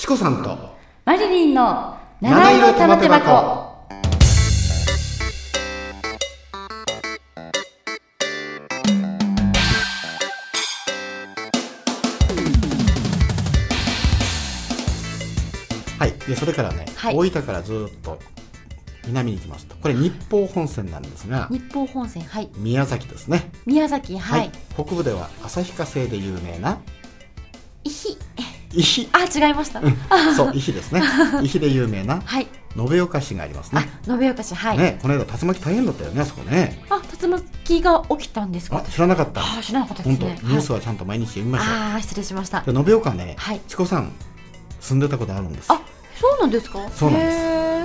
チコさんとマリリンの七色玉手箱。 はい。でそれからね、 はい、 大分からずっと南に行きますと、これ日豊本線なんですが、 日豊本線、はい、 宮崎ですね。 宮崎、はい、はい、 北部では旭化成で有名な伊比、あ、違いました、 そう、伊比ですね。伊比で有名な延岡市がありますね。 延岡市、はい、 ね、この間竜巻大変だったよね、あそこね。 あ、竜巻が起きたんですか？ 知らなかった。 知らなかったですね。 本当、ニュースはちゃんと毎日読みましょう。 失礼しました。 で延岡ね、チコさん住んでたことあるんです。 そうなんですか？ そうなんです。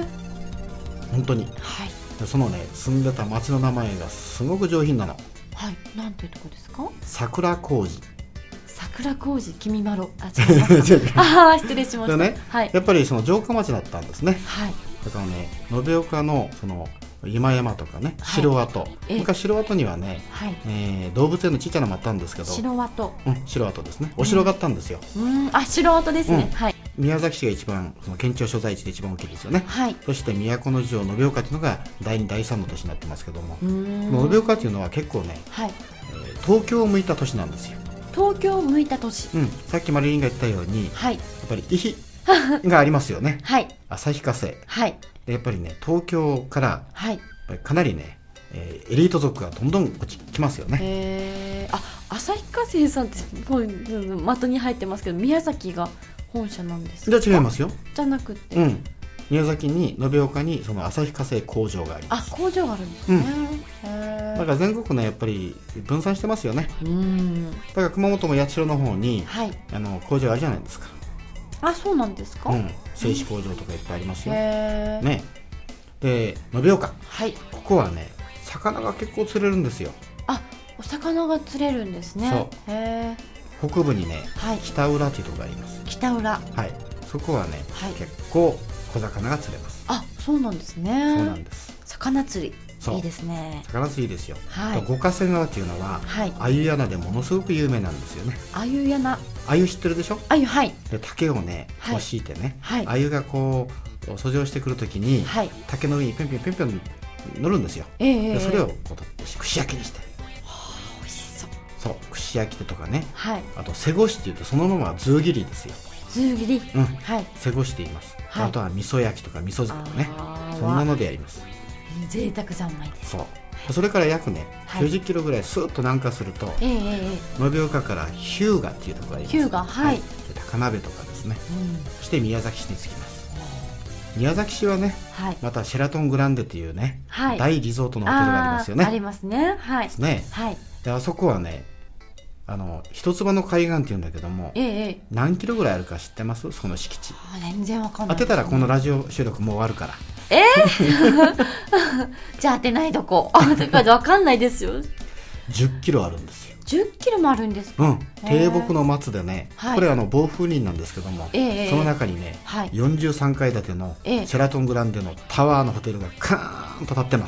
本当に。 はい。 でそのね、住んでた町の名前がすごく上品なの。 はい。なんていうとこですか？ 桜小路。 桜小路、君まろ。違います。失礼しました。 でね、やっぱりその城下町だったんですね。 はい。 だからね、延岡のその今山とかね、城跡、昔城跡にはね、動物園のちっちゃなのもあったんですけど、城跡、城跡ですね。お城があったんですよ。 城跡ですね。はい。 宮崎市が一番その県庁所在地で一番大きいですよね。はい。そして都城延岡というのが第2第3の都市になってますけども、延岡というのは結構ね、東京を向いた都市なんですよ。 東京を向いた都市。 さっきマリリンが言ったように、やっぱり伊比がありますよね。旭化成。でやっぱりね、東京からやっぱりかなりね、エリート族がどんどんこっち来ますよね。 旭化成さんってもう的に入ってますけど、宮崎が本社なんですか？じゃ違いますよ。 じゃなくて、 宮崎に延岡にその旭化成工場があります。 工場があるんですね。 だから全国ね、やっぱり分散してますよね。だから熊本も八代の方に、工場あるじゃないですか。 そうなんですか？ 製紙工場とかいっぱいありますよ。ね。で延岡、ここはね、魚が結構釣れるんですよ。 お魚が釣れるんですね。 北部にね、北浦というところがあります。 北浦。 そこはね、結構小魚が釣れます。 そうなんですね。 そうなんです。 魚釣りいいですね。 魚釣りいいですよ。五ヶ瀬川っていうのは鮎やなでものすごく有名なんですよね。 鮎やな。 鮎知ってるでしょ？ 鮎、はい。 で竹をね、こう敷いてね、鮎がこう遡上してくるときに、竹の上にぴょんぴょんぴょんぴょん乗るんですよ。でそれをこう取って串焼きにして。 美味しそう。 そう、串焼きとかね。あと背越しっていうとそのままズー切りですよ。 ズー切り。 背越しって言います。あとは味噌焼きとか味噌漬けね、そんなのでやります。 贅沢三昧です。 それから約ね、90キロぐらいスーッと南下すると、延岡から日向っていうところがあります。 日向、 高鍋とかですね。そして宮崎市に着きます。宮崎市はね、またシェラトングランデっていうね、大リゾートのホテルがありますよね。 ありますね。 ですね。であそこはね、一つ葉の海岸っていうんだけども、何キロぐらいあるか知ってます？その敷地。 全然わかんない。 当てたらこのラジオ収録もう終わるから。 じゃあ当てないとこ。わかんないですよ。 10キロあるんですよ。 10キロもあるんですか？ 低木の松でね、これ防風林なんですけども、その中にね、43階建てのシェラトングランデのタワーのホテルがカーンと建ってます。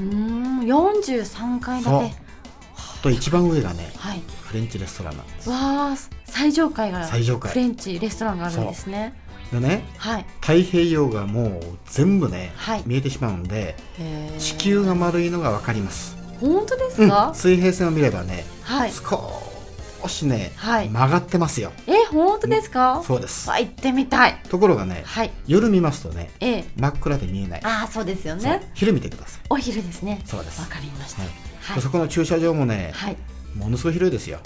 43階建てと一番上がね、フレンチレストランなんです。 最上階がフレンチレストランがあるんですね。 でね、太平洋がもう全部ね、見えてしまうんで、地球が丸いのが分かります。 本当ですか？ 水平線を見ればね、少しね、曲がってますよ。 本当ですか？ そうです。 行ってみたい。 ところがね、夜見ますとね、真っ暗で見えない。 そうですよね。 昼見てください。 お昼ですね。 そうです。 わかりました。 そこの駐車場もね、ものすごい広いですよ。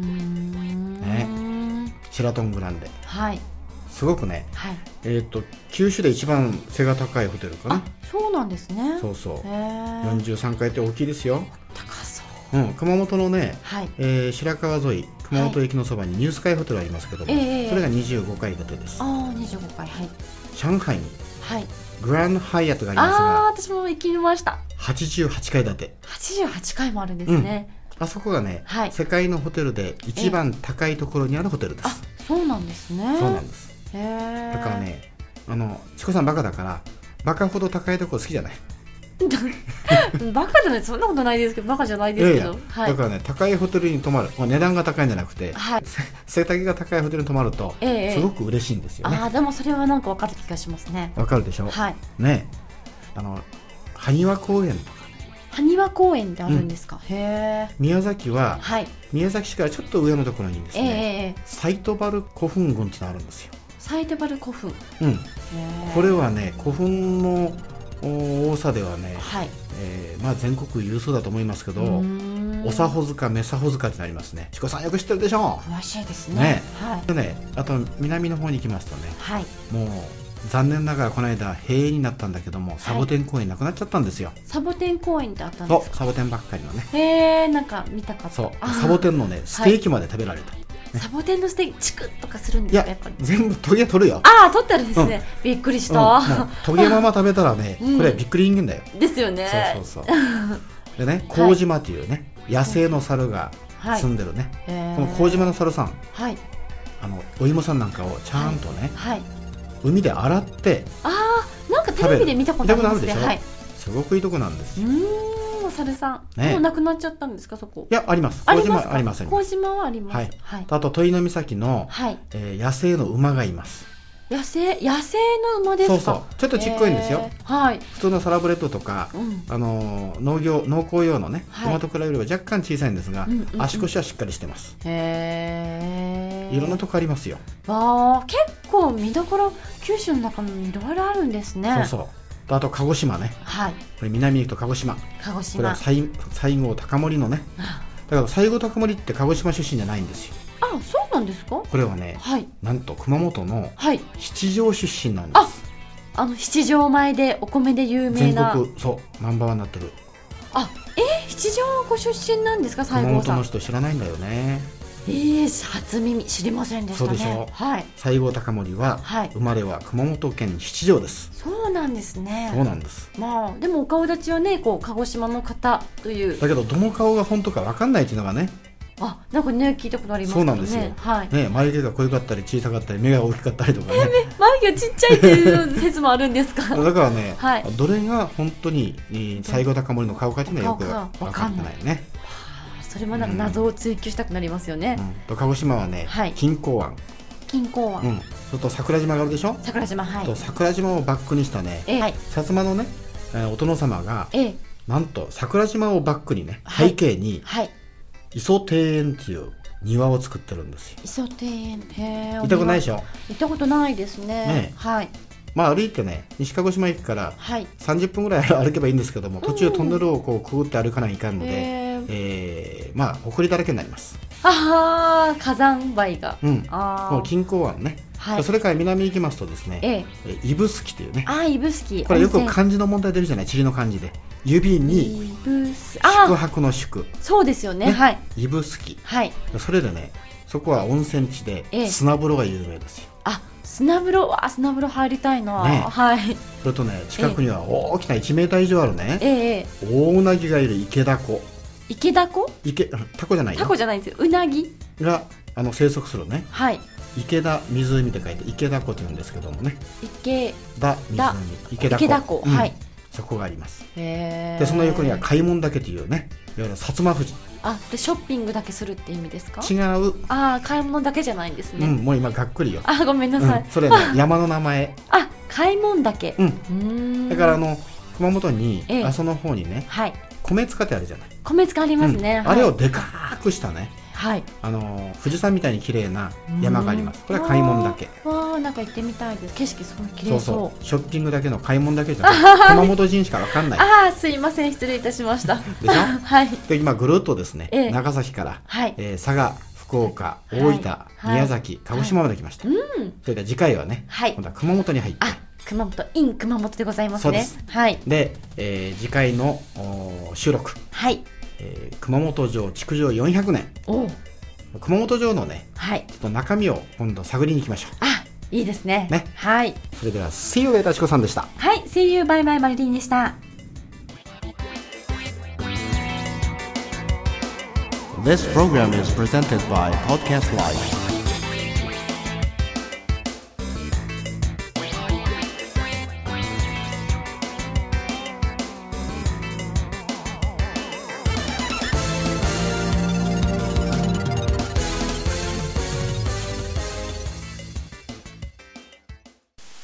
シェラトングランデ。すごくね、九州で一番背が高いホテルかな。 そうなんですね。 そうそう。43階って大きいですよ。 高そう。 熊本のね、白川沿い、熊本駅のそばにニュースカイホテルありますけども、それが25階建てです。 25階。 上海にグランドハイアットがありますが、 私も行きました。 88階建て。 88階もあるんですね。 あそこがね、世界のホテルで一番高いところにあるホテルです。 そうなんですね。 そうなんです。だからね、チコさんバカだからバカほど高いところ好きじゃない。 バカじゃない、そんなことないですけど、バカじゃないですけど、 はい、だからね、高いホテルに泊まる、値段が高いんじゃなくて、はい、背丈が高いホテルに泊まると、すごく嬉しいんですよね。 でもそれはなんか分かる気がしますね。 分かるでしょ、 はい、 ね、埴輪公園とか、 埴輪公園ってあるんですか、へー。 宮崎は、はい、宮崎市からちょっと上のところにですね、サイトバル古墳群っていうのがあるんですよ。 サイトバル古墳、 これはね、古墳の多さではね、はい、全国有数だと思いますけど、おさほ塚、めさほ塚ってなりますね。チコさんよく知ってるでしょ。 詳しいですね。 はい、でね、あと南の方に行きますとね、はい、もう残念ながらこの間閉園になったんだけども、サボテン公園なくなっちゃったんですよ。 サボテン公園ってあったんですか。 そう、サボテンばっかりのね。 へー、なんか見たかった。 そう、サボテンのね、ステーキまで食べられた。 サボテンのステーキチクッとかするんですか。やっぱり全部トゲ取るよ。 取ってあるんですね、びっくりした。 トゲまま食べたらね、これびっくり人間だよ。 ですよね。 そうでね、幸島っていうね、野生の猿が住んでるね、この幸島の猿さん、お芋さんなんかをちゃんとね、海で洗って、 なんかテレビで見たことありますね。 すごくいいとこなんですよ。 お猿さん、もうなくなっちゃったんですか、そこ。 いや、あります。幸島あります。 幸島はあります。 あと鳥の岬の野生の馬がいます。 野生の馬ですか。 そう、ちょっとちっこいんですよ。普通のサラブレッドとか農耕用のね馬と比べれば若干小さいんですが、足腰はしっかりしてます。いろんなとこありますよ。 結構見どころ、九州の中にいろいろあるんですね。 そう。あと鹿児島ね、これ南に行くと鹿児島、これは西郷隆盛のね、だから西郷隆盛って鹿児島出身じゃないんですよ。 そうなんですか。 これはね、なんと熊本の七条出身なんです。 七条米でお米で有名な、 全国そうナンバーワンになってる。 七条ご出身なんですか、西郷さん。 熊本の人知らないんだよね。 初耳、知りませんでしたね。 そうでしょう。西郷隆盛は生まれは熊本県七条です。 そうなんですね。 そうなんです。 でもお顔立ちはね、こう鹿児島の方という。 だけどどの顔が本当か分かんないっていうのがね。 なんかね、聞いたことありますね。 そうなんですよ。眉毛が濃かったり小さかったり目が大きかったりとかね。 眉毛がちっちゃいっていう説もあるんですか。 だからね、どれが本当に西郷隆盛の顔かっていうのはよく分かってないね。 それもなんか謎を追求したくなりますよね。 鹿児島はね、錦江湾、それと桜島があるでしょ。 桜島、 桜島をバックにしたね、薩摩のねお殿様がなんと桜島をバックにね、背景に磯庭園っていう庭を作ってるんですよ。 磯庭園、 行ったことないでしょ。 行ったことないですね。 歩いてね、西鹿児島駅から30分ぐらい歩けばいいんですけども、途中トンネルをこうくぐって歩かないかんので、埃だらけになります。 火山灰が。 もう錦江湾ね。それから南行きますとですね、指宿というね。 指宿。 これよく漢字の問題出るじゃない、地理の漢字で。指に宿泊の宿。 そうですよね。 指宿。それでね、そこは温泉地で砂風呂が有名ですよ。 砂風呂入りたいな。 それとね、近くには大きな1メーター以上あるね、大うなぎがいる池田湖。タコじゃないよ。 タコじゃないんですよ。うなぎが生息するね。池田湖って書いて池田湖というんですけどもね。池田湖。そこがあります。でその横には開門岳というね、いわゆる薩摩富士。 でショッピングだけするって意味ですか。 違う。 買い物だけじゃないんですね。 もう今がっくりよ。 ごめんなさい。 それね、山の名前。 開門岳。 だから熊本に阿蘇の方にね、米塚ってあるじゃない。 米塚ありますね。 あれをでかくしたね、富士山みたいに綺麗な山があります。これは開門岳。 なんか行ってみたいです。景色すごい綺麗そう。 ショッピングだけの開門岳じゃない。熊本人しかわかんない。 すいません、失礼いたしました。でしょ。で今ぐるっとですね、長崎から佐賀、福岡、大分、宮崎、鹿児島まで来ました。それで次回はね、今度は熊本に入って。 熊本 in 熊本でございますね。 で、次回の収録、熊本城築城400年。熊本城のね、ちょっと中身を今度探りに行きましょう。いいですね。 それでは See you later、チコさんでした。 See you bye bye、マリリンでした。 This program is presented by Podcast Live.